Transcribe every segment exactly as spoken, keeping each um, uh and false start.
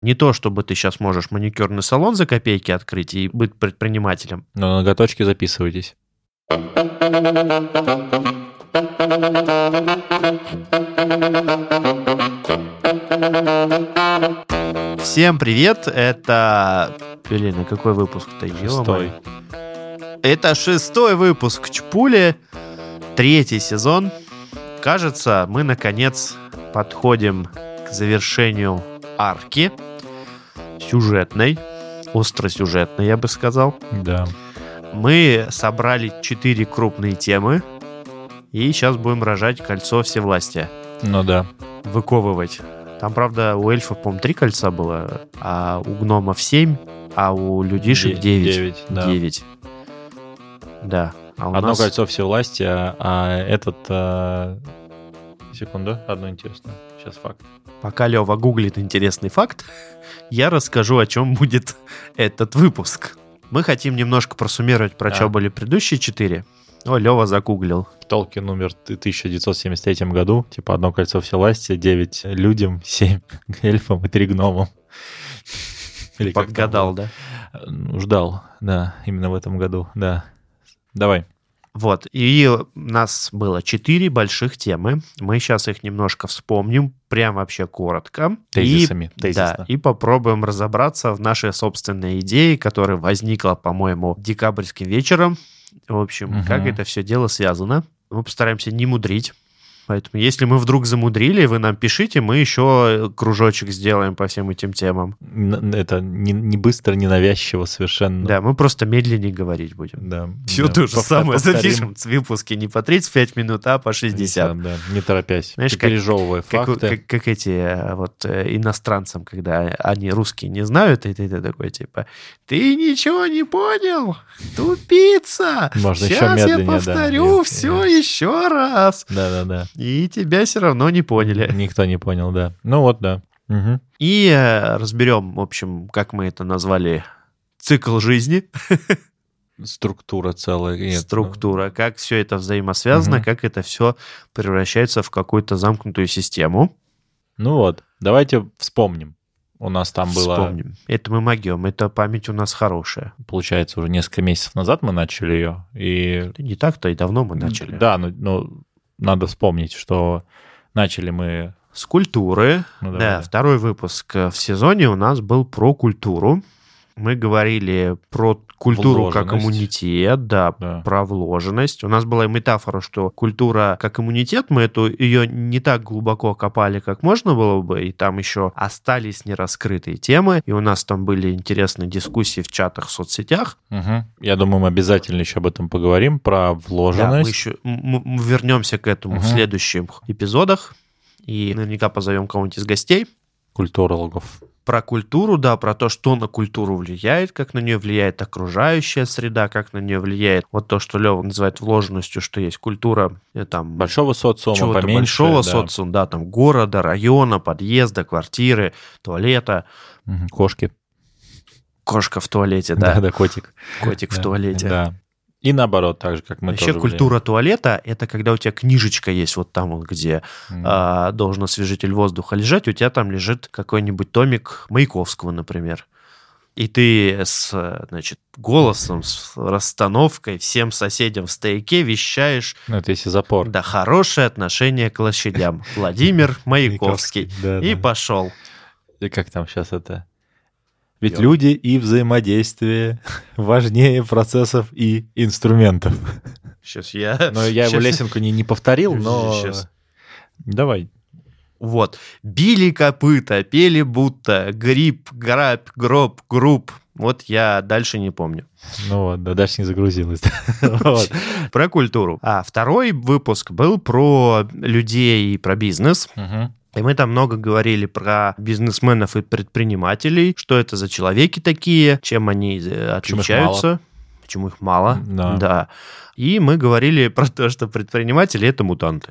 Не то, чтобы ты сейчас можешь маникюрный салон за копейки открыть и быть предпринимателем. Но на ноготочки записывайтесь. Всем привет, это... Блин, а какой выпуск-то? Шестой. Это шестой выпуск Чпули, третий сезон. Кажется, мы наконец подходим к завершению арки сюжетной, остросюжетной, я бы сказал. Да. Мы собрали четыре крупные темы и сейчас будем рожать кольцо всевластия. Ну да. Выковывать. Там, правда, у эльфов, по-моему, три кольца было, а у гномов семь, а у людишек девять. Девять, да. Девять. Да. А у Одно нас... кольцо всевластия, а этот... А... Секунду, одно интересное. Сейчас факт. Пока Лева гуглит интересный факт, я расскажу, о чем будет этот выпуск. Мы хотим немножко просуммировать, про А. что были предыдущие четыре. О, Лева загуглил. Толкин умер в тысяча девятьсот семьдесят третьем году. Типа одно кольцо всевластия, девять людям, семь эльфам и три гномам. Или как там Подгадал, было? да? Ну, ждал, да, именно в этом году, да. Давай. Вот, и у нас было четыре больших темы. Мы сейчас их немножко вспомним, прям вообще коротко. Тезисами, И, тезисно. да, и попробуем разобраться в нашей собственной идее, которая возникла, по-моему, декабрьским вечером. В общем, Угу. как это все дело связано. Мы постараемся не мудрить. Поэтому, если мы вдруг замудрили, вы нам пишите, мы еще кружочек сделаем по всем этим темам. Н- Это не, не быстро, не навязчиво совершенно. Да, мы просто медленнее говорить будем. Да. Все да. то же Повтор- самое повторим. запишем в выпуске не по тридцать пять минут, а по шестьдесят. Да, не торопясь. Знаешь, Ты как- пережевывая Как, факты. как- как эти э, вот э, иностранцам, когда они русские не знают, и ты, ты такой типа, ты ничего не понял, тупица. Можно еще Сейчас я медленнее, да. повторю И- все и- еще раз. Да-да-да. И тебя все равно не поняли. Никто не понял, да. Ну вот, да. Мгм. И э, разберем, в общем, как мы это назвали, цикл жизни, Структура целая. Нет, структура, как все это взаимосвязано, Мгм. как это все превращается в какую-то замкнутую систему. Ну, ну вот, давайте вспомним. У нас там было, Вспомним. Это мы могем, это память у нас хорошая. получается, уже несколько месяцев назад мы начали ее. И Да не так-то и давно мы начали. Да, ну, ну, надо вспомнить, что начали мы... С культуры. Ну, давай, Да, да. второй выпуск в сезоне у нас был про культуру. Мы говорили про культуру как Вложенность. иммунитет, да, Да. про вложенность. У нас была и метафора, что культура как иммунитет, мы эту ее не так глубоко копали, как можно было бы, и там еще остались нераскрытые темы, и у нас там были интересные дискуссии в чатах, в соцсетях. Мгм. Я думаю, мы обязательно еще об этом поговорим, про Да, мы вложенность. еще м- м- вернемся к этому в Мгм. следующих эпизодах, и наверняка позовем кого-нибудь из гостей. Культурологов. Про культуру, да, про то, что на культуру влияет, как на нее влияет окружающая среда, как на нее влияет вот то, что Лева называет вложенностью, что есть культура э, там Большого социума, чего-то поменьше. большого да. социума, да, там города, района, подъезда, квартиры, туалета, Мгм. Кошки. кошка в туалете, да, Да-да, котик. котик в Да, туалете. Да. И наоборот, так же, как мы Вообще тоже культура туалета — это когда у тебя книжечка есть вот там, вот, где влияем. а, должен освежитель воздуха лежать, у тебя там лежит какой-нибудь томик Маяковского, например. И ты с, значит, голосом, с расстановкой всем соседям в стояке вещаешь, Ну, это если запор. да, хорошее отношение к лошадям. Владимир Маяковский. Да, И да. пошел. И как там сейчас это? Ведь Ё. люди и взаимодействие важнее процессов и инструментов. Сейчас я... Но я его щас- лесенку не, не повторил, но... Щас. Давай. Вот. Били копыта, пели будто, гриб, грабь, гроб, груб. Вот я дальше не помню. Ну вот, да, дальше не загрузилось. Вот. Про культуру. А второй выпуск был про людей и про бизнес. Мгм. И мы там много говорили про бизнесменов и предпринимателей, что это за человеки такие, чем они э, Почему их отличаются, почему их мало. Да. Да. И мы говорили про то, что предприниматели — это мутанты.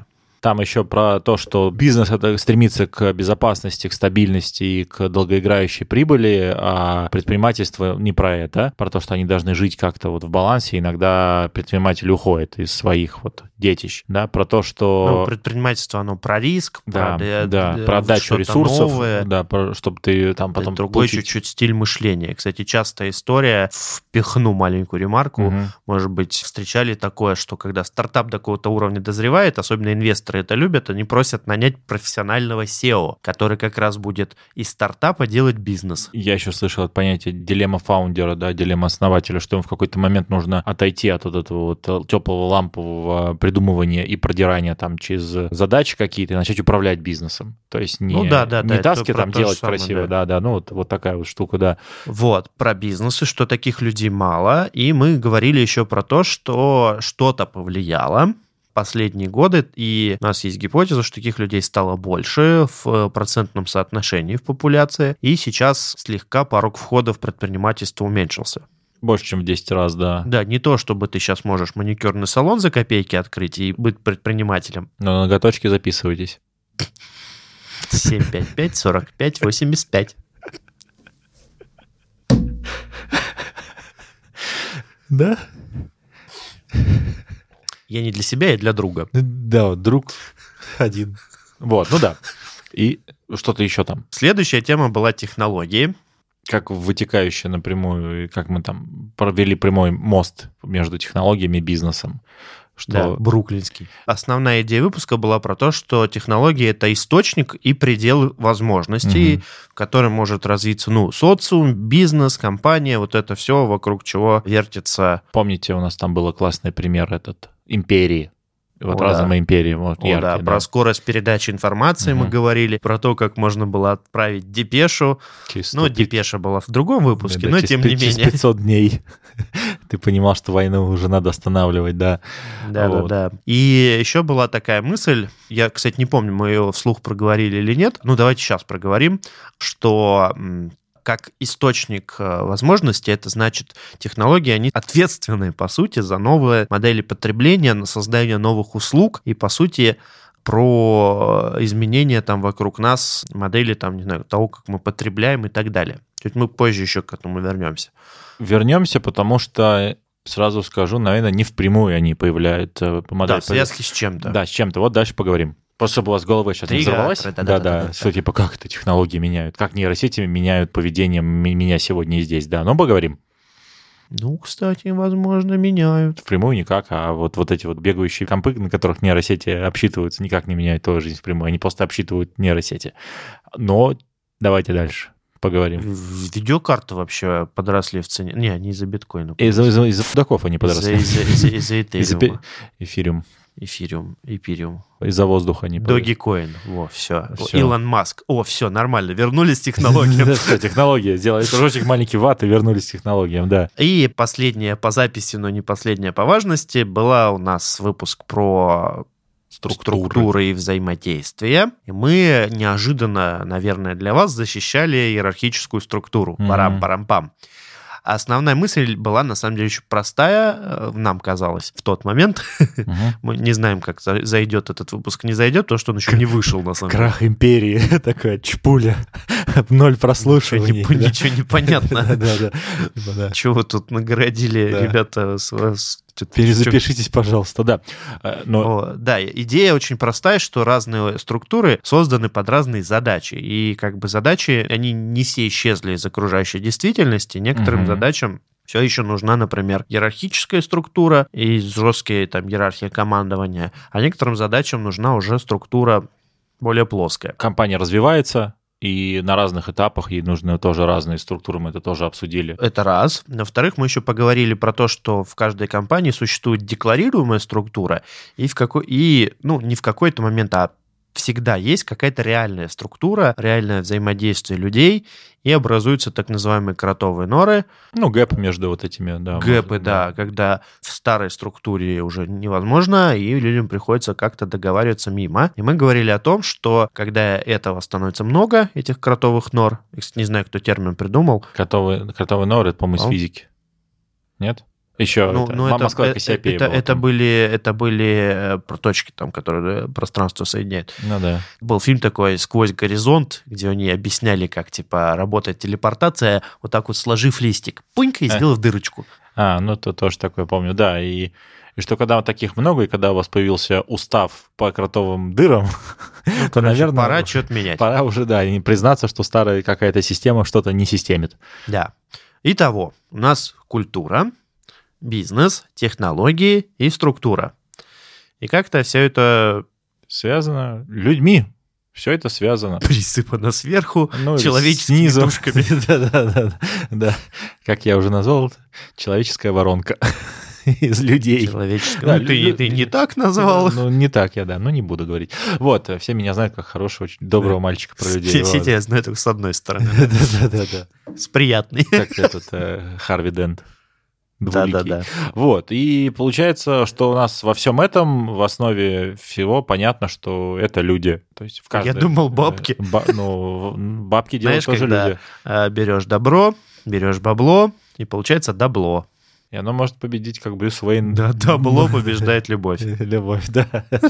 Там еще про то, что бизнес это стремится к безопасности, к стабильности и к долгоиграющей прибыли, а предпринимательство не про это, про то, что они должны жить как-то вот в балансе. Иногда предприниматель уходит из своих вот детищ, да, про то, что... Ну, предпринимательство, оно про риск, да, про, да, д- про отдачу ресурсов, новое. да, про, чтобы ты там потом... Другой получить... чуть-чуть стиль мышления. Кстати, частая история, впихну маленькую ремарку, Угу. может быть, встречали такое, что когда стартап до какого-то уровня дозревает, особенно инвесторы это любят, они просят нанять профессионального сео, который как раз будет из стартапа делать бизнес. Я еще слышал это понятие дилемма фаундера, да, дилемма основателя, что ему в какой-то момент нужно отойти от вот этого вот теплого лампового придумывания и продирания там через задачи какие-то и начать управлять бизнесом. То есть не, Ну да, да, не да, таски это про там то же делать самое, красиво, да. да, да, ну вот, вот такая вот штука, да. Вот, про бизнес, и что таких людей мало, и мы говорили еще про то, что что-то повлияло последние годы, и у нас есть гипотеза, что таких людей стало больше в процентном соотношении в популяции, и сейчас слегка порог входа в предпринимательство уменьшился. Больше, чем в десять раз, да. Да, не то, чтобы ты сейчас можешь маникюрный салон за копейки открыть и быть предпринимателем. Но на ноготочки записывайтесь. семь пять пять сорок пять восемьдесят пять. Да? Я не для себя, я для друга. Да, друг один. Вот, ну да. И что-то еще там. Следующая тема была технологии. Как вытекающая напрямую, как мы там провели прямой мост между технологиями и бизнесом. Что... Да, бруклинский. Основная идея выпуска была про то, что технологии — это источник и предел возможностей, Мгм. в котором может развиться, ну, социум, бизнес, компания, вот это все, вокруг чего вертится. Помните, у нас там был классный пример этот империи. Вот О, разом да. империи. Вот, О, яркие, да, да. про скорость передачи информации мы Мгм. говорили, про то, как можно было отправить депешу. Через Ну, сто пи- депеша была в другом выпуске, Да, но через тем пи- не через менее. пятьсот дней ты понимал, что войну уже надо останавливать, да. Да, Вот. да, да. И еще была такая мысль, я, кстати, не помню, мы ее вслух проговорили или нет, ну, давайте сейчас проговорим, что м, как источник э, возможностей, это значит, технологии, они ответственны, по сути, за новые модели потребления, на создание новых услуг и, по сути, про изменения там вокруг нас, модели там, не знаю, того, как мы потребляем и так далее. Чуть мы позже еще к этому вернемся. Вернемся, потому что, сразу скажу, наверное, не впрямую они появляют э, модель. Да, связки с чем-то. Да, с чем-то. Вот дальше поговорим. Просто чтобы у вас голова сейчас не Триггер, взорвалась. да-да-да-да-да. Да-да, что типа как это технологии меняют, как нейросети меняют поведение м- меня сегодня и здесь. Да, но поговорим. Ну, кстати, возможно, меняют. Впрямую никак, а вот, вот эти вот бегающие компы, на которых нейросети обсчитываются, никак не меняют твою жизнь впрямую. Они просто обсчитывают нейросети. Но давайте дальше поговорим. В- Видеокарты вообще подросли в цене. Не, они из-за биткоина. Из-за, из-за, из-за мудаков они подросли. Из-за, из-за, из-за, из-за Из-за эфириума. пе- эфириум. Эфириум, эфириум. Из-за воздуха они подросли. Dogecoin. Во, все. Всё. Илон Маск. О, все, нормально. Вернулись к технологиям. Да, всё, технология. Сделали кружочек маленький ват и вернулись к технологиям, да. И последняя по записи, но не последняя по важности, была у нас выпуск про структуры и взаимодействия. И мы неожиданно, наверное, для вас защищали иерархическую структуру. Мгм. Парам-парам-пам. Основная мысль была, на самом деле, очень простая, э, нам казалось, в тот момент. Мгм. Мы не знаем, как за- зайдет этот выпуск, не зайдет, потому что он еще не вышел, на самом деле. Крах империи. Такая чпуля. Ноль Ничего прослушиваний. не, да. ничего не понятно. Да, да, да. Да. Чего вы тут наградили, Да. ребята? с вас? Чё-то- Перезапишитесь, пожалуйста, да. Э, Но О, да, идея очень простая, что разные структуры созданы под разные задачи. И как бы задачи, они не все исчезли из окружающей действительности. Некоторым Мгм. задачам все еще нужна, например, иерархическая структура и жесткая там иерархия командования. А некоторым задачам нужна уже структура более плоская. компания развивается, и на разных этапах ей нужны тоже разные структуры, мы это тоже обсудили. Это раз. Во-вторых, мы еще поговорили про то, что в каждой компании существует декларируемая структура, и, в какой... и ну, не в какой-то момент, а всегда есть какая-то реальная структура, реальное взаимодействие людей, и образуются так называемые кротовые норы, Ну, гэп между вот этими, да. гэпы, может, да, когда в старой структуре уже невозможно, и людям приходится как-то договариваться мимо. И мы говорили о том, что когда этого становится много, этих кротовых нор, не знаю, кто термин придумал, Кротовый, кротовый нор, это, по-моему, из Ну. физики. Нет? Еще Ну, это, ну, это, Москва и это, Кассиопея это, была это там. были, это были э, точки, там, которые пространство соединяют. Ну да. Был фильм такой «Сквозь горизонт», где они объясняли, как, типа, работает телепортация, вот так вот сложив листик, пунька, и Э. сделав дырочку. А, ну то тоже такое помню, да. И, и что когда вот таких много, и когда у вас появился устав по кротовым дырам, Ну, то, короче, наверное, пора что-то менять. пора уже, да, и признаться, что старая какая-то система что-то не системит. Да. Итого, у нас культура, бизнес, технологии и структура. И как-то все это Связано людьми. Все это связано. присыпано сверху Ну, человеческими снизу. тушками. Да-да-да. Да. Как я уже назвал, человеческая воронка из людей. Человеческое. Да, Ну, ты, лю- ты не так назвал. Ну, не так я, да, но не буду говорить. Вот, все меня знают как хорошего, очень доброго мальчика про людей. Все, все Вот. тебя знают только с одной стороны. Да-да-да. С приятной. Как этот э, Харви Дент. Двуликий. Да-да-да. Вот, и получается, что у нас во всем этом, в основе всего понятно, что это люди. То есть в каждой... Я думал, бабки. Э, ба- ну, бабки делают Знаешь, тоже когда люди. а, берешь добро, берешь бабло, и получается добло. И оно может победить, как Брюс Уэйн. Да, добло побеждает любовь. Любовь, да.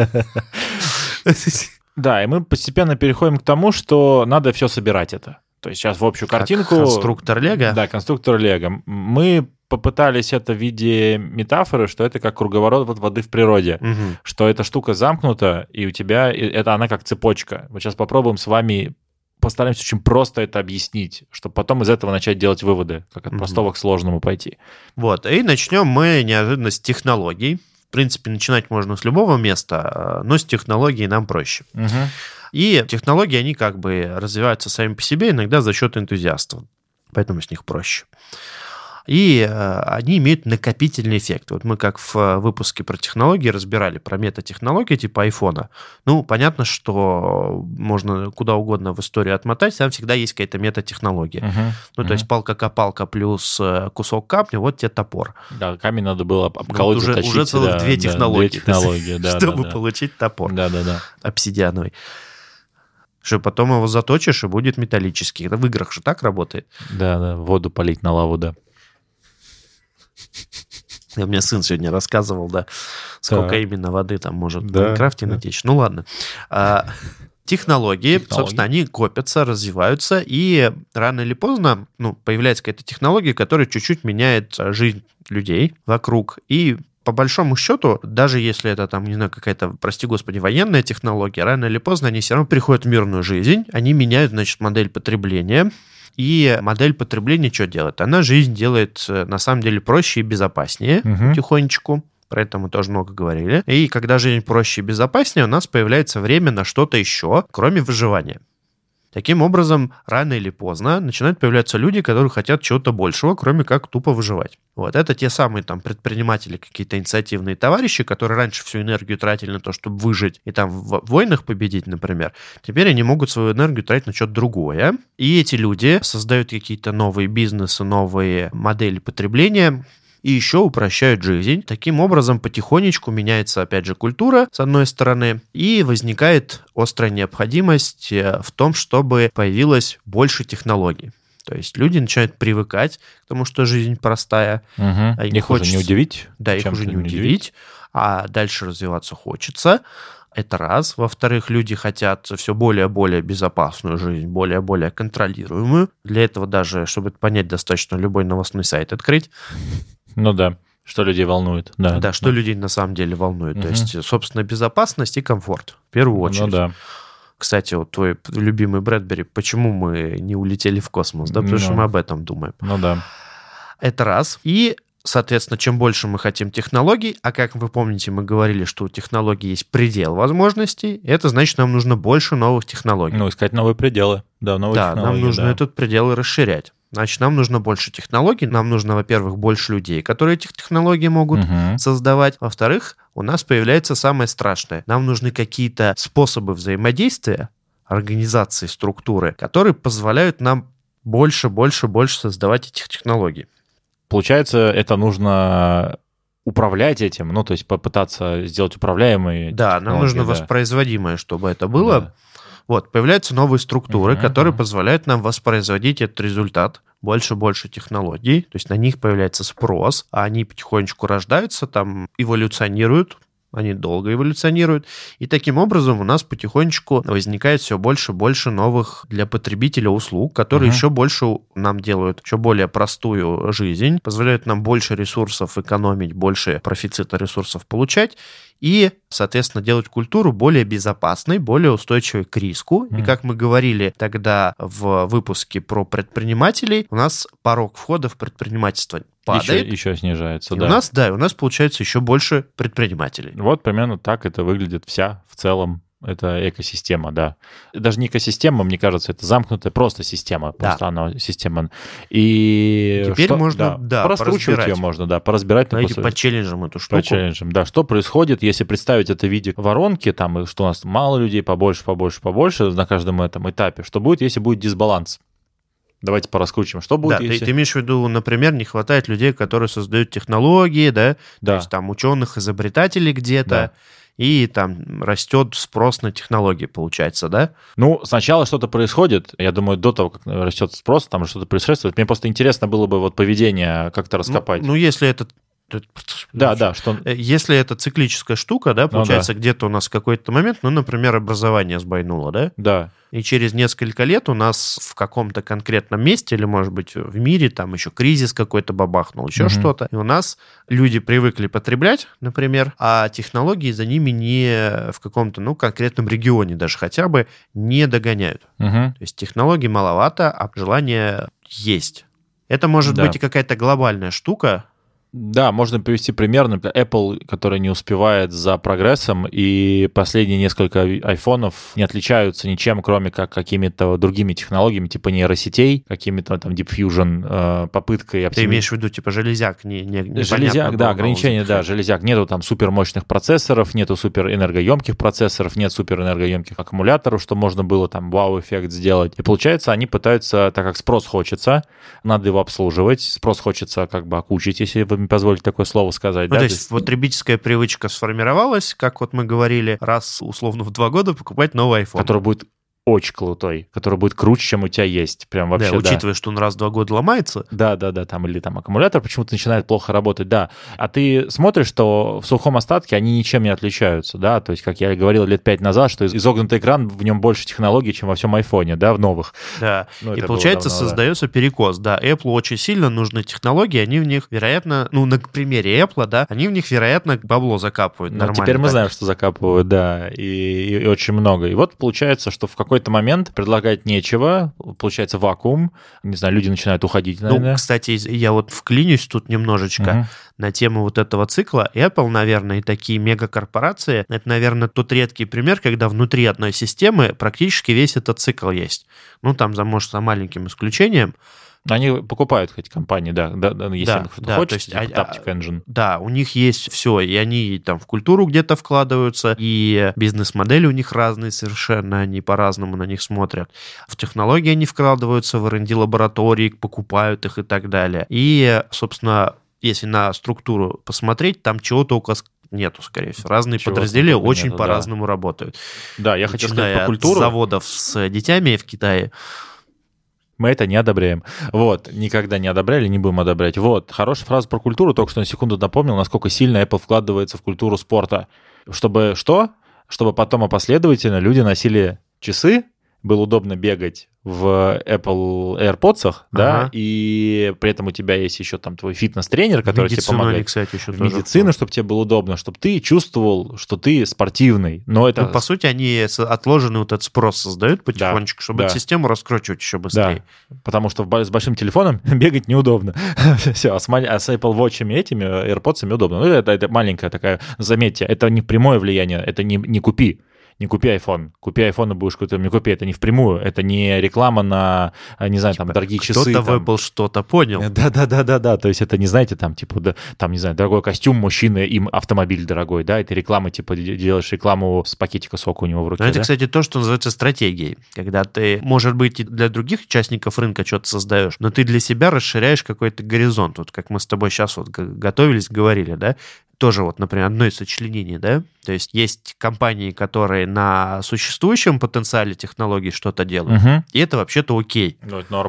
Да, и мы постепенно переходим к тому, что надо все собирать это. То есть сейчас в общую Как картинку... конструктор Лего? Да, конструктор Лего. Мы попытались это в виде метафоры, что это как круговорот вот воды в природе. Мгм. Что эта штука замкнута, и у тебя... и это она как цепочка. Вот сейчас попробуем с вами... Постараемся очень просто это объяснить, чтобы потом из этого начать делать выводы, как от Мгм. простого к сложному пойти. Вот, и начнем мы неожиданно с технологий. В принципе, начинать можно с любого места, но с технологий нам проще. Мгм. И технологии, они как бы развиваются сами по себе, иногда за счет энтузиастов. Поэтому с них проще. И э, они имеют накопительный эффект. Вот мы как в э, выпуске про технологии разбирали про метатехнологии типа айфона. Ну, понятно, что можно куда угодно в историю отмотать, там всегда есть какая-то метатехнология. Мгм. Ну, то есть палка-копалка плюс э, кусок камня, вот тебе топор. Да, камень надо было об- обколоть, уже, заточить. уже целых да, две да, технологии, две технологии, да, чтобы да, да. получить топор Да, да, да. обсидиановый. Что потом его заточишь, и будет металлический. Это в играх же так работает. Да, да, воду полить на лаву, да. Я, мне сын сегодня рассказывал, да, сколько Да. именно воды там может Да, в Майнкрафте да. натечь. Ну ладно. А, технологии, Технологии. собственно, они копятся, развиваются, и рано или поздно ну, появляется какая-то технология, которая чуть-чуть меняет а, жизнь людей вокруг. И по большому счету, даже если это там, не знаю, какая-то, прости господи, военная технология, рано или поздно они все равно приходят в мирную жизнь, они меняют, значит, модель потребления. И модель потребления что делает? Она жизнь делает, э, на самом деле, проще и безопаснее Мгм. потихонечку. Про это мы тоже много говорили. И когда жизнь проще и безопаснее, у нас появляется время на что-то еще, кроме выживания. Таким образом, рано или поздно начинают появляться люди, которые хотят чего-то большего, кроме как тупо выживать. Вот это те самые там предприниматели, какие-то инициативные товарищи, которые раньше всю энергию тратили на то, чтобы выжить и там в войнах победить, например. Теперь они могут свою энергию тратить на что-то другое. И эти люди создают какие-то новые бизнесы, новые модели потребления, и еще упрощают жизнь. Таким образом, потихонечку меняется, опять же, культура, с одной стороны, и возникает острая необходимость э, в том, чтобы появилось больше технологий. То есть люди начинают привыкать к тому, что жизнь простая. Мгм. А им Их уже хочется- не удивить. Да, их чем-то уже не удивить, а дальше развиваться хочется. Это раз. Во-вторых, люди хотят все более-более безопасную жизнь, более-более контролируемую. Для этого даже, чтобы это понять, достаточно любой новостной сайт открыть. Ну да, что людей волнует. Да, Да, что людей на самом деле волнует. То Мгм. есть, собственно, безопасность и комфорт. В первую Ну очередь. да. Кстати, вот твой любимый Брэдбери, почему мы не улетели в космос? Да, потому Ну. что мы об этом думаем. Ну да. Это раз. И, соответственно, чем больше мы хотим технологий, а как вы помните, мы говорили, что у технологий есть предел возможностей, это значит, нам нужно больше новых технологий. Ну, искать новые пределы. Да, новые да, нам технологии, нужно да. этот предел расширять. Значит, нам нужно больше технологий, нам нужно, во-первых, больше людей, которые этих технологий могут Мгм. создавать. Во-вторых, у нас появляется самое страшное. Нам нужны какие-то способы взаимодействия, организации, структуры, которые позволяют нам больше, больше, больше создавать этих технологий. Получается, это нужно управлять этим, ну, то есть попытаться сделать управляемые Да, нам технологии, нужно да. воспроизводимое, чтобы это было. Да. Вот, появляются новые структуры, Мгм, которые мгм. позволяют нам воспроизводить этот результат больше-больше технологий, то есть на них появляется спрос, а они потихонечку рождаются, там эволюционируют, они долго эволюционируют, и таким образом у нас потихонечку возникает все больше и больше новых для потребителя услуг, которые uh-huh. еще больше нам делают, еще более простую жизнь, позволяют нам больше ресурсов экономить, больше профицита ресурсов получать, и, соответственно, делать культуру более безопасной, более устойчивой к риску. Mm. И как мы говорили тогда в выпуске про предпринимателей, у нас порог входа в предпринимательство падает. Еще, еще снижается, и да. У нас, да, у нас получается еще больше предпринимателей. Вот примерно так это выглядит вся в целом. Это экосистема, да. Даже не экосистема, мне кажется, это замкнутая просто система. Да. Просто она система. И теперь что, можно, да, да пораскручивать ее можно, да, поразбирать. Знаете, по челленджам эту штуку. По челленджам, да. Что происходит, если представить это в виде воронки, там, что у нас мало людей, побольше, побольше, побольше на каждом этом этапе. Что будет, если будет дисбаланс? Давайте пораскручиваем. Что будет, да, если... ты, ты имеешь в виду, например, не хватает людей, которые создают технологии, да? Да. То есть там ученых, изобретателей где-то, да. И там растет спрос на технологии, получается, да? Ну, сначала что-то происходит. Я думаю, до того, как растет спрос, там что-то происходит. Мне просто интересно было бы вот поведение как-то раскопать. Ну, ну если это... Да, да, что... Если это циклическая штука, да, получается, ну, да. где-то у нас в какой-то момент, ну, например, образование сбойнуло, да? Да. И через несколько лет у нас в каком-то конкретном месте, или, может быть, в мире, там еще кризис какой-то бабахнул, еще mm-hmm. что-то, и у нас люди привыкли потреблять, например, а технологии за ними не в каком-то, ну, конкретном регионе даже хотя бы не догоняют. Mm-hmm. То есть технологий маловато, а желание есть. Это может да. быть и какая-то глобальная штука. Да, можно привести пример, например, Apple, который не успевает за прогрессом, и последние несколько айфонов не отличаются ничем, кроме как какими-то другими технологиями, типа нейросетей, какими-то там Deep Fusion, попыткой... Ты имеешь в виду, типа, железяк? Не, не, железяк, да, ограничения, да, железяк. Нету там супермощных процессоров, нету суперэнергоемких процессоров, нет суперэнергоемких аккумуляторов, что можно было там вау-эффект сделать. И получается, они пытаются, так как спрос хочется, надо его обслуживать, спрос хочется как бы окучить, если вы позволите такое слово сказать. Ну, да? то есть потребительская привычка сформировалась, как вот мы говорили, раз условно в два года покупать новый iPhone. Который будет очень крутой, который будет круче, чем у тебя есть. Прям вообще, да, учитывая, да. что он раз в два года ломается. Да, да, да, там или там аккумулятор почему-то начинает плохо работать, да. А ты смотришь, что в сухом остатке они ничем не отличаются, да, то есть, как я говорил лет пять назад, что изогнутый экран, в нем больше технологий, чем во всем айфоне, да, в новых. Да, ну, и получается давно, создается да. перекос, да. Apple очень сильно нужны технологии, они в них, вероятно, ну, на примере Apple, да, они в них, вероятно, бабло закапывают ну, нормально. Теперь мы так. знаем, что закапывают, да, и, и, и очень много. И вот получается, что в какой-то момент предлагать нечего, получается вакуум, не знаю, люди начинают уходить, наверное. Ну, кстати, я вот вклинюсь тут немножечко uh-huh. на тему вот этого цикла. Apple, наверное, и такие мегакорпорации, это, наверное, тот редкий пример, когда внутри одной системы практически весь этот цикл есть. Ну, там, за, может, за маленьким исключением. Они покупают хоть компании, да, да, да если да, кто-то да, хочет, то есть, типа Taptic Engine. Да, у них есть все, и они там в культуру где-то вкладываются, и бизнес-модели у них разные совершенно, они по-разному на них смотрят. В технологии они вкладываются, в эр энд ди лаборатории, покупают их и так далее. И, собственно, если на структуру посмотреть, там чего-то у нету, скорее всего. Разные Чего подразделения очень нету, по-разному да. работают. Да, я хотел сказать про культуру. От заводов с детьми в Китае. Мы это не одобряем. Вот, никогда не одобряли, не будем одобрять. Вот, хорошая фраза про культуру, только что на секунду напомнил, насколько сильно Apple вкладывается в культуру спорта. Чтобы что? Чтобы потом последовательно люди носили часы, было удобно бегать в Apple AirPods, ага. да, и при этом у тебя есть еще там твой фитнес-тренер, который тебе помогает. Они, кстати, еще в тоже медицину, тоже. Чтобы тебе было удобно, чтобы ты чувствовал, что ты спортивный. Но это... Ну, по сути, они отложенный вот этот спрос создают потихонечку, да, чтобы да. эту систему раскручивать еще быстрее. Да, потому что с большим телефоном бегать неудобно. Все, а с, а с Apple Watch'ами этими, AirPods'ами удобно. Ну, это, это маленькая такая, заметьте, это не прямое влияние, это не, не купи. Не купи iPhone. Купи iPhone и будешь какой-то... Не купи, это не впрямую. Это не реклама на, не знаю, типа, там, дорогие кто-то часы. Кто-то там. в Apple что-то понял. Да-да-да-да-да. То есть это не, знаете, там, типа, да, там, не знаю, дорогой костюм мужчины, им автомобиль дорогой, да, это реклама, типа, делаешь рекламу с пакетика сока у него в руке. Но это, да? кстати, то, что называется стратегией. Когда ты, может быть, и для других участников рынка что-то создаешь, но ты для себя расширяешь какой-то горизонт. Вот как мы с тобой сейчас вот готовились, говорили, да, тоже вот, например, одно из сочленений, да, то есть есть компании, которые на существующем потенциале технологий что-то делают, угу. и это вообще-то окей. Ну, это норм.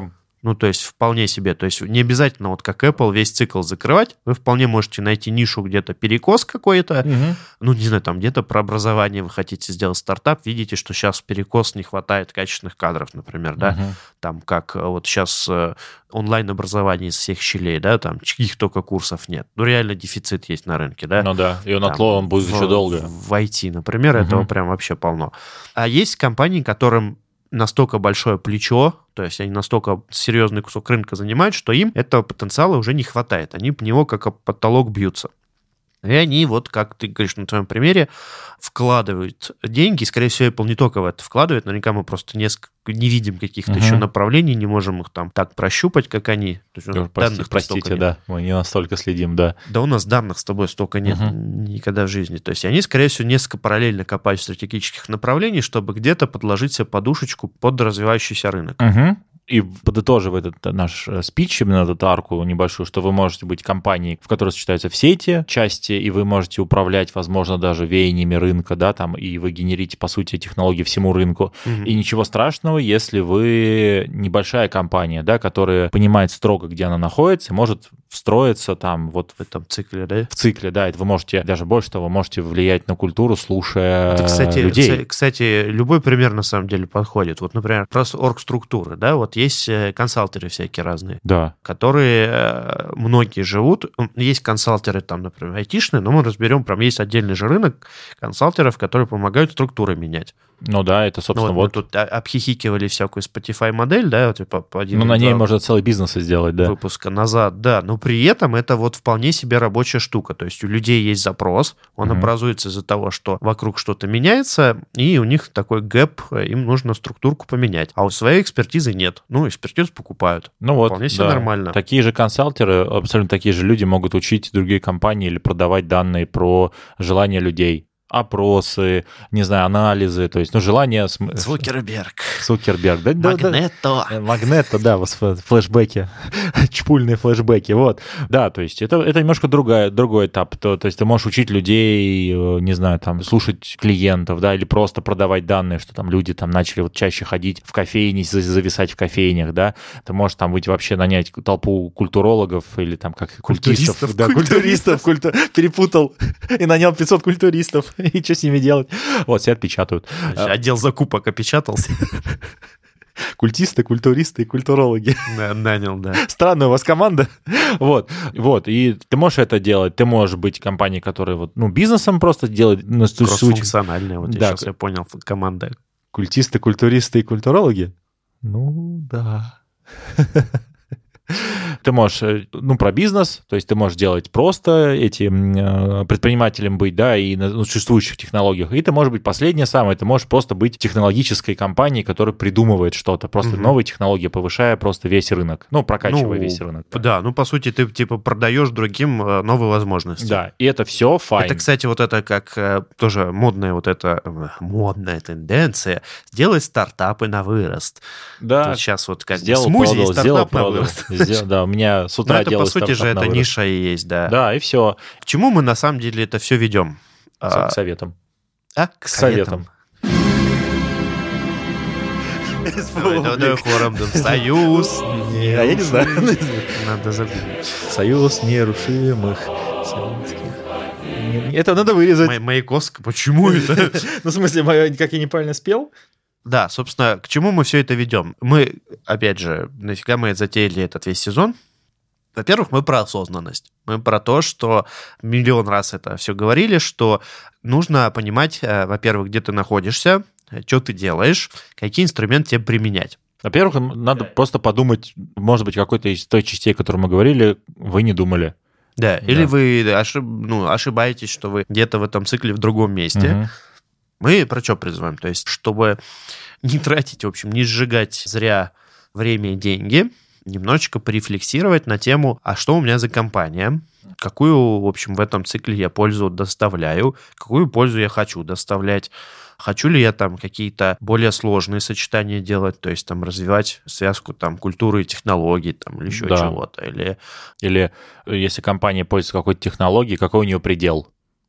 Ну, то есть вполне себе. То есть не обязательно, вот как Apple, весь цикл закрывать. Вы вполне можете найти нишу где-то перекос какой-то. Угу. Ну, не знаю, там где-то про образование вы хотите сделать стартап. Видите, что сейчас перекос, не хватает качественных кадров, например, да. Угу. Там как вот сейчас онлайн-образование из всех щелей, да, там чьих только курсов нет. Ну, реально дефицит есть на рынке, да. Ну да, и он отлован будет в, еще долго. В ай ти, например, Угу. этого прям вообще полно. А есть компании, которым настолько большое плечо, то есть они настолько серьезный кусок рынка занимают, что им этого потенциала уже не хватает. Они по него как об потолок бьются. И они, вот как ты говоришь на твоем примере, вкладывают деньги. Скорее всего, Apple не только в это вкладывает, наверняка мы просто несколько, не видим каких-то uh-huh. еще направлений, не можем их там так прощупать, как они. То есть, ну, Прости, простите, да, мы не настолько следим, да. Да у нас данных с тобой столько нет uh-huh. никогда в жизни. То есть они, скорее всего, несколько параллельно копают стратегических направлений, чтобы где-то подложить себе подушечку под развивающийся рынок. Uh-huh. И подытожив этот наш спич, именно эту арку небольшую, что вы можете быть компанией, в которой сочетаются все эти части, и вы можете управлять, возможно, даже веяниями рынка, да, там, и вы генерите, по сути, технологии всему рынку. Mm-hmm. И ничего страшного, если вы небольшая компания, да, которая понимает строго, где она находится, и может встроиться там вот в этом цикле, да? В цикле, да, это вы можете, даже больше того, можете влиять на культуру, слушая это, кстати, людей. Кстати, любой пример на самом деле подходит. Вот, например, просто оргструктуры, да, вот есть консалтеры всякие разные, да. которые многие живут. Есть консалтеры там, например, айтишные, но мы разберем, прям есть отдельный же рынок консалтеров, которые помогают структуры менять. Ну да, это, собственно, ну, вот. вот... Мы тут обхихикивали всякую Spotify-модель, да, вот, типа, один ну, на ней можно целый бизнес сделать, да. Выпуска назад, да, но при этом это вот вполне себе рабочая штука, то есть у людей есть запрос, он mm-hmm. образуется из-за того, что вокруг что-то меняется, и у них такой гэп, им нужно структурку поменять, а у своей экспертизы нет, ну, экспертизу покупают, ну вот, вполне себе да. нормально. Такие же консалтеры, абсолютно такие же люди могут учить другие компании или продавать данные про желания людей. Опросы, не знаю, анализы, то есть, ну, желание... Цукерберг. Цукерберг, да? Магнето. Да, Магнето, да, флешбеки, чпульные флешбеки, вот. Да, то есть это, это немножко другая, другой этап. То, то есть ты можешь учить людей, не знаю, там, слушать клиентов, да, или просто продавать данные, что там люди там начали вот чаще ходить в кофейни, зависать в кофейнях, да. Ты можешь там выйти вообще нанять толпу культурологов или там как культуристов. Да, культуристов, культу... перепутал и нанял пятьсот культуристов. И что с ними делать? Вот, все отпечатают. Отдел закупок опечатался. Культисты, культуристы и культурологи. Нанял, да. Странная у вас команда. Вот, вот. И ты можешь это делать. Ты можешь быть компанией, которая вот, ну, бизнесом просто делает. Ну, кроссфункциональная, вот да. я сейчас я понял, команда. Культисты, культуристы и культурологи? Ну, да. Ты можешь, ну, про бизнес, то есть ты можешь делать просто этим предпринимателем быть, да, и на существующих технологиях. И ты можешь быть последнее самое, ты можешь просто быть технологической компанией, которая придумывает что-то, просто угу. новые технологии, повышая просто весь рынок, ну, прокачивая ну, весь рынок. Да, ну, по сути, ты, типа, продаешь другим новые возможности. Да, и это все файн. Это, кстати, вот это как тоже модная вот эта, модная тенденция сделать стартапы на вырост. Да. Тут сейчас вот как сделал, смузи продал, и стартап сделал, на продал. вырост. Сделал, да, у меня с утра это, делаю по сути же, это вырост. ниша и есть, да. Да, и все. К чему мы на самом деле это все ведем? К советам. А, к советам. Давай хором, союз. А я не знаю. Надо забыть. Союз нерушимых. Это надо вырезать. Маяковская, почему это? Ну, в смысле, как я неправильно спел? Да, собственно, к чему мы все это ведем? Мы, опять же, нафига мы затеяли этот весь сезон? Во-первых, мы про осознанность. Мы про то, что миллион раз это все говорили, что нужно понимать, во-первых, где ты находишься, что ты делаешь, какие инструменты тебе применять. Во-первых, надо просто подумать, может быть, какой-то из той частей, о которой мы говорили, вы не думали. Да, да. Или вы ошиб... ну, ошибаетесь, что вы где-то в этом цикле в другом месте. Угу. Мы про что призываем? То есть, чтобы не тратить, в общем, не сжигать зря время и деньги, немножечко порефлексировать на тему, а что у меня за компания, какую, в общем, в этом цикле я пользу доставляю, какую пользу я хочу доставлять, хочу ли я там какие-то более сложные сочетания делать, то есть там развивать связку там культуры и технологий там, или еще да. чего-то. Или... или если компания пользуется какой-то технологией, какой у нее предел?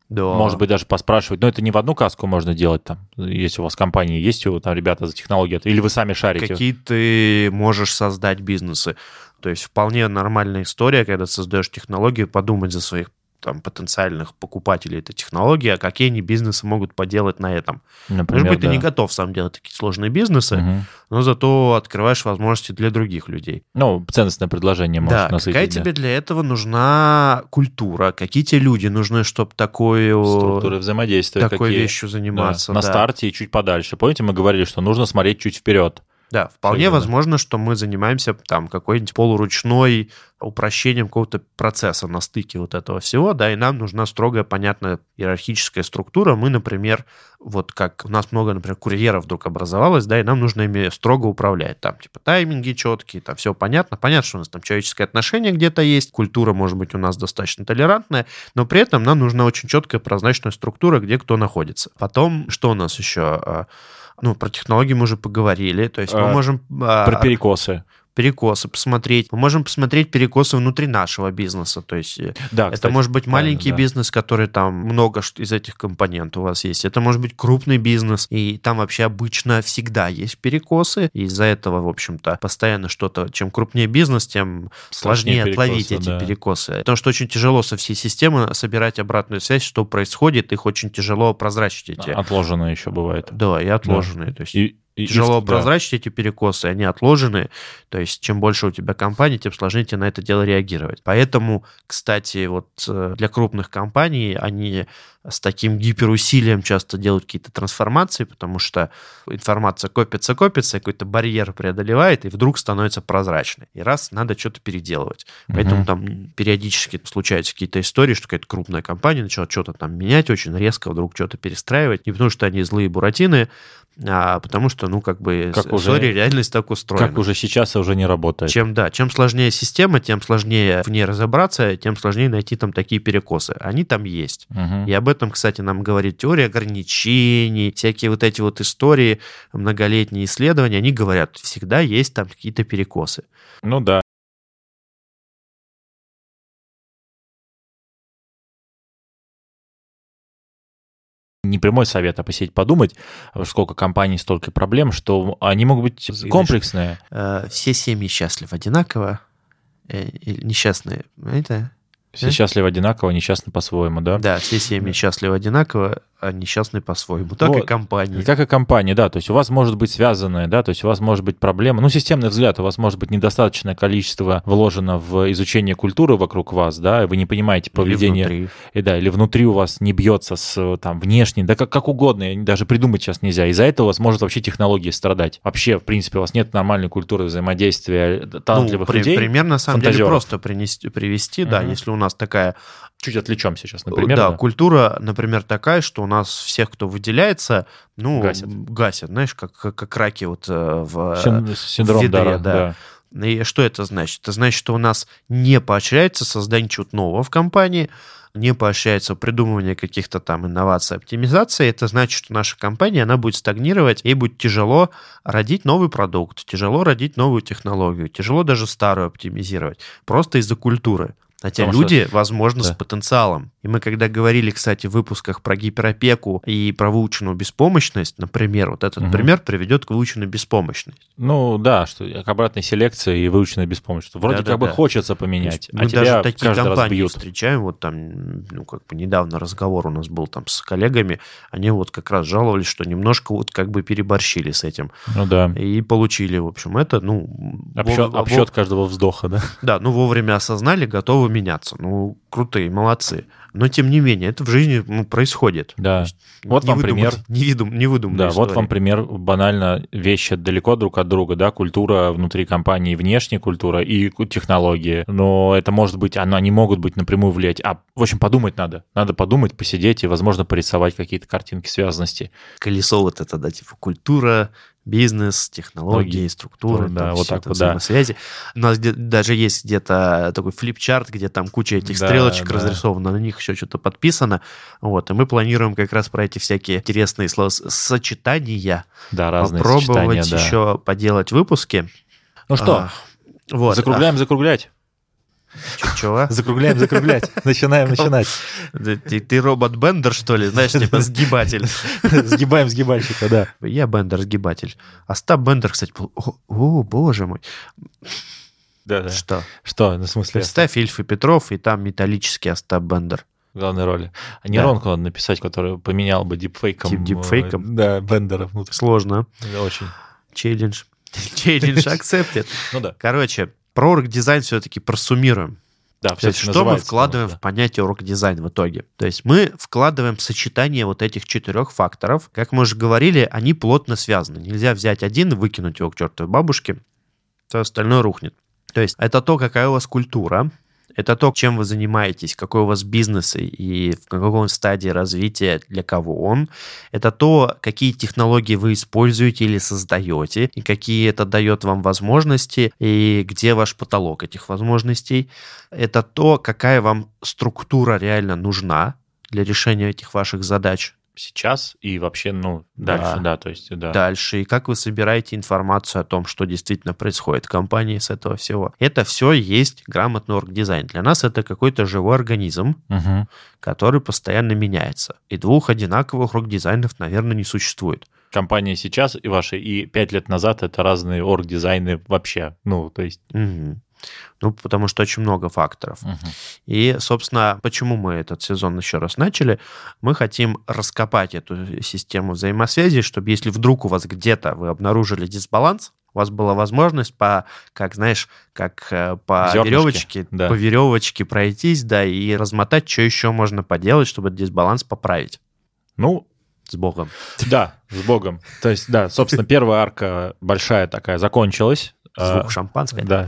Да. Может быть, даже поспрашивать. Но это не в одну каску можно делать там, если у вас компания есть, у там ребята за технологии, или вы сами шарите. Какие ты можешь создать бизнесы. То есть вполне нормальная история, когда ты создаешь технологию, подумать за своих там, потенциальных покупателей этой технологии, а какие они бизнесы могут поделать на этом. Например, Может быть, да. ты не готов сам делать такие сложные бизнесы, угу. но зато открываешь возможности для других людей. Ну, ценностное предложение можешь да, насытить. какая да. тебе для этого нужна культура? Какие тебе люди нужны, чтобы такую... Структуры взаимодействия. Такой какие... вещью заниматься. Да. На да. старте и чуть подальше. Помните, мы говорили, что нужно смотреть чуть вперед. Да, вполне Всегда. возможно, что мы занимаемся там какой-нибудь полуручной упрощением какого-то процесса на стыке вот этого всего, да, и нам нужна строгая, понятная иерархическая структура. Мы, например, вот как у нас много, например, курьеров вдруг образовалось, да, и нам нужно ими строго управлять. Там, типа, тайминги четкие, там все понятно. Понятно, что у нас там человеческое отношение где-то есть, культура, может быть, у нас достаточно толерантная, но при этом нам нужна очень четкая, прозрачная структура, где кто находится. Потом, что у нас еще... Ну, про технологии мы уже поговорили. То есть мы а, можем... Про перекосы. Перекосы посмотреть. Мы можем посмотреть перекосы внутри нашего бизнеса. То есть да, это кстати, может быть маленький да. бизнес, который там много из этих компонентов у вас есть. Это может быть крупный бизнес, и там вообще обычно всегда есть перекосы. И из-за этого, в общем-то, постоянно что-то... Чем крупнее бизнес, тем сложнее, сложнее отловить перекосы, эти да. перекосы. Потому что очень тяжело со всей системы собирать обратную связь, что происходит. Их очень тяжело прозрачить эти. Отложенные еще бывает. Да, и отложенные. Да. То есть... И... И, Тяжело и, прозрачить да. эти перекосы, они отложены. То есть, чем больше у тебя компаний, тем сложнее тебе на это дело реагировать. Поэтому, кстати, вот для крупных компаний они с таким гиперусилием часто делают какие-то трансформации, потому что информация копится, копится, какой-то барьер преодолевает, и вдруг становится прозрачной. И раз, надо что-то переделывать. Поэтому угу. там периодически случаются какие-то истории, что какая-то крупная компания начала что-то там менять очень резко, вдруг что-то перестраивать. Не потому что они злые буратины, а потому что, ну, как бы, как сори, уже, реальность так устроена. Как уже сейчас уже не работает. Чем, да, чем сложнее система, тем сложнее в ней разобраться, тем сложнее найти там такие перекосы. Они там есть. Угу. И об этом, кстати, нам говорит теория ограничений, всякие вот эти вот истории, многолетние исследования, они говорят, всегда есть там какие-то перекосы. Ну да. Не прямой совет, а посидеть подумать, сколько компаний, столько проблем, что они могут быть Видишь, комплексные. Э, все семьи счастливы одинаково, э, несчастные, это... Все да? счастливы одинаково, несчастны по-своему, да? Да, все семьи счастливы одинаково, а несчастны по-своему. Так вот. и компании. Как и компании, да. То есть у вас может быть связанное, да, то есть у вас может быть проблема. Ну, системный взгляд, у вас может быть недостаточное количество вложено в изучение культуры вокруг вас, да, и вы не понимаете поведение. Или внутри. И, да, или внутри у вас не бьется с там внешней, да, как, как угодно, даже придумать сейчас нельзя. Из-за этого у вас может вообще технологии страдать. Вообще, в принципе, у вас нет нормальной культуры взаимодействия талантливых ну, при, людей. Пример, на самом фантазеров. деле, просто принести, привести, uh-huh. да, если у нас такая... Чуть отвлечем сейчас, например. Да, да, культура, например, такая, что у нас всех, кто выделяется, ну, гасят, гасят знаешь, как, как, как раки вот в, Синдром в ведре, Дара, да. да. И что это значит? Это значит, что у нас не поощряется создание чего-то нового в компании, не поощряется придумывание каких-то там инноваций, оптимизации. Это значит, что наша компания, она будет стагнировать, ей будет тяжело родить новый продукт, тяжело родить новую технологию, тяжело даже старую оптимизировать, просто из-за культуры. Хотя Потому люди, что... возможно, да. с потенциалом. И мы когда говорили, кстати, в выпусках про гиперопеку и про выученную беспомощность, например, вот этот угу. пример приведет к выученной беспомощности. Ну да, что к обратной селекции и выученной беспомощности. Вроде да, как да, бы да. хочется поменять, а мы тебя даже такие каждый компании раз бьют. Встречаем, вот там, ну как бы недавно разговор у нас был там с коллегами, они вот как раз жаловались, что немножко вот как бы переборщили с этим. Ну да. И получили, в общем, это, ну... Обсчет, вов... обсчет каждого вздоха, да? Да, ну вовремя осознали, готовы меняться. Ну, крутые, молодцы. Но, тем не менее, это в жизни ну, происходит. Да. Вот вам пример. Не, выдум, не выдуманная Да, история. вот вам пример. Банально вещи далеко друг от друга, да, культура внутри компании, внешняя культура и технологии. Но это может быть, оно, они могут быть напрямую влиять. А, в общем, подумать надо. Надо подумать, посидеть и, возможно, порисовать какие-то картинки связанности. Колесо вот это, да, типа культура, бизнес, технологии, Логи, структуры, да, там, вот все так это вот, да. взаимосвязи. У нас где- даже есть где-то такой флипчарт, где там куча этих да, стрелочек да. разрисовано, на них еще что-то подписано. Вот, и мы планируем как раз про эти всякие интересные словосочетания да, разные попробовать сочетания, еще да. поделать выпуски. Ну что, а, вот. закругляем, закруглять. Чего? Закругляем, закруглять. Начинаем начинать. Ты, ты робот-бендер, что ли? Знаешь, типа сгибатель. Сгибаем сгибальщика, да. Я бендер-сгибатель. Остап Бендер, кстати, был... О, о, боже мой. Да, да. Что? Что, ну, в смысле? Представь Ильф и Петров, и там металлический Остап Бендер. В главной роли. А Да. нейронку надо написать, который поменял бы дипфейком. Тип дипфейком? э, Да, Бендера внутрь. Сложно. Да, очень. Челлендж. Челлендж accepted. Ну да. Короче, про орг-дизайн все-таки просуммируем. Да, То есть, что мы вкладываем в понятие орг-дизайн в итоге? То есть, мы вкладываем сочетание вот этих четырех факторов. Как мы уже говорили, они плотно связаны. Нельзя взять один и выкинуть его к чертовой бабушке, все остальное рухнет. То есть, это то, какая у вас культура, это то, чем вы занимаетесь, какой у вас бизнес и в какой он стадии развития, для кого он. Это то, какие технологии вы используете или создаете, и какие это дает вам возможности, и где ваш потолок этих возможностей. Это то, какая вам структура реально нужна для решения этих ваших задач. Сейчас и вообще, ну, Да. дальше, да, то есть, да. Дальше, и как вы собираете информацию о том, что действительно происходит в компании с этого всего. Это все есть грамотный орг-дизайн. Для нас это какой-то живой организм, Мгм. который постоянно меняется. И двух одинаковых орг-дизайнов, наверное, не существует. Компания сейчас и ваши, и пять лет назад это разные орг-дизайны вообще. Ну, то есть... Мгм. Ну, потому что очень много факторов. Мгм. И, собственно, почему мы этот сезон еще раз начали? Мы хотим раскопать эту систему взаимосвязи, чтобы если вдруг у вас где-то вы обнаружили дисбаланс, у вас была возможность по, как знаешь, как э, по Зернышки, веревочке, да. по веревочке пройтись, да, и размотать, что еще можно поделать, чтобы этот дисбаланс поправить. Ну, С Богом. да, с Богом. То есть, да, собственно, первая арка большая такая закончилась. Звук А, шампанского. Да.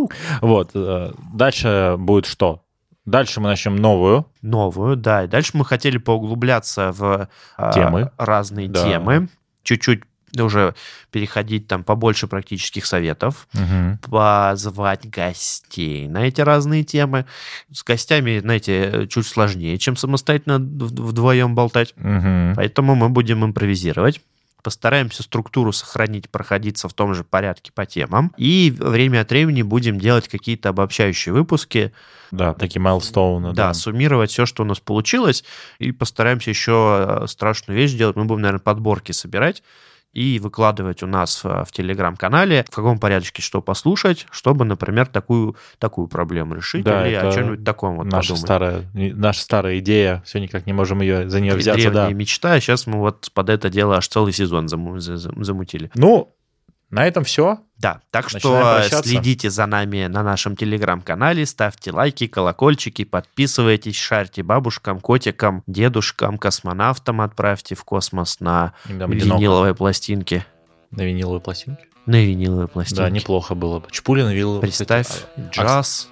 Вот. э, Дальше будет что? Дальше мы начнем новую. Новую, да. И дальше мы хотели поуглубляться в а, Темы. разные Да. темы, чуть-чуть уже переходить там побольше практических советов, Мгм. позвать гостей на эти разные темы. С гостями, знаете, чуть сложнее, чем самостоятельно в- вдвоем болтать. Мгм. Поэтому мы будем импровизировать. Постараемся структуру сохранить, проходиться в том же порядке по темам. И время от времени будем делать какие-то обобщающие выпуски. Да, такие майлстоуны. Да, суммировать все, что у нас получилось. И постараемся еще э, страшную вещь сделать. Мы будем, наверное, подборки собирать и выкладывать у нас в, в Телеграм-канале, в каком порядке что послушать, чтобы, например, такую, такую проблему решить Да, или о это чем-нибудь таком вот Наша подумать. старая, наша старая идея, все никак не можем ее, за нее взяться, Древняя да. мечта, а сейчас мы вот под это дело аж целый сезон заму- за- за- замутили. Ну, на этом все. Да, так Начинаем что прощаться. следите за нами на нашем Телеграм-канале, ставьте лайки, колокольчики, подписывайтесь, шарьте бабушкам, котикам, дедушкам, космонавтам отправьте в космос на виниловые пластинки. На виниловой пластинке. На виниловые пластинки. Да, неплохо было бы. Чпуля на виниловой Представь, пластинке. джаз,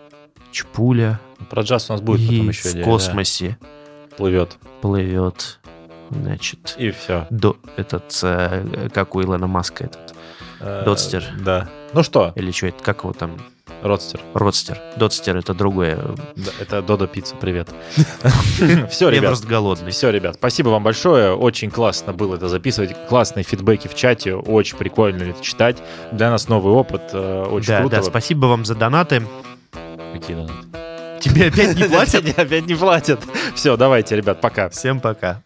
чпуля А, Про джаз у нас будет потом и еще в идея, космосе да. Плывет. плывет, значит, И все. до, этот, э, как у Илона Маска этот, Додстер. Да. Ну что, или что это, как его там, Родстер. Родстер. Додстер это другое. Да, это Додо Пицца, привет. Все, Я ребят. просто голодный. Все, ребят, спасибо вам большое. Очень классно было это записывать. Классные фидбэки в чате. Очень прикольно это читать. Для нас новый опыт. э, Очень Да, круто. да, спасибо вам за донаты. Какие донаты? Тебе опять не платят? Опять не платят. Все, давайте, ребят, пока. Всем пока.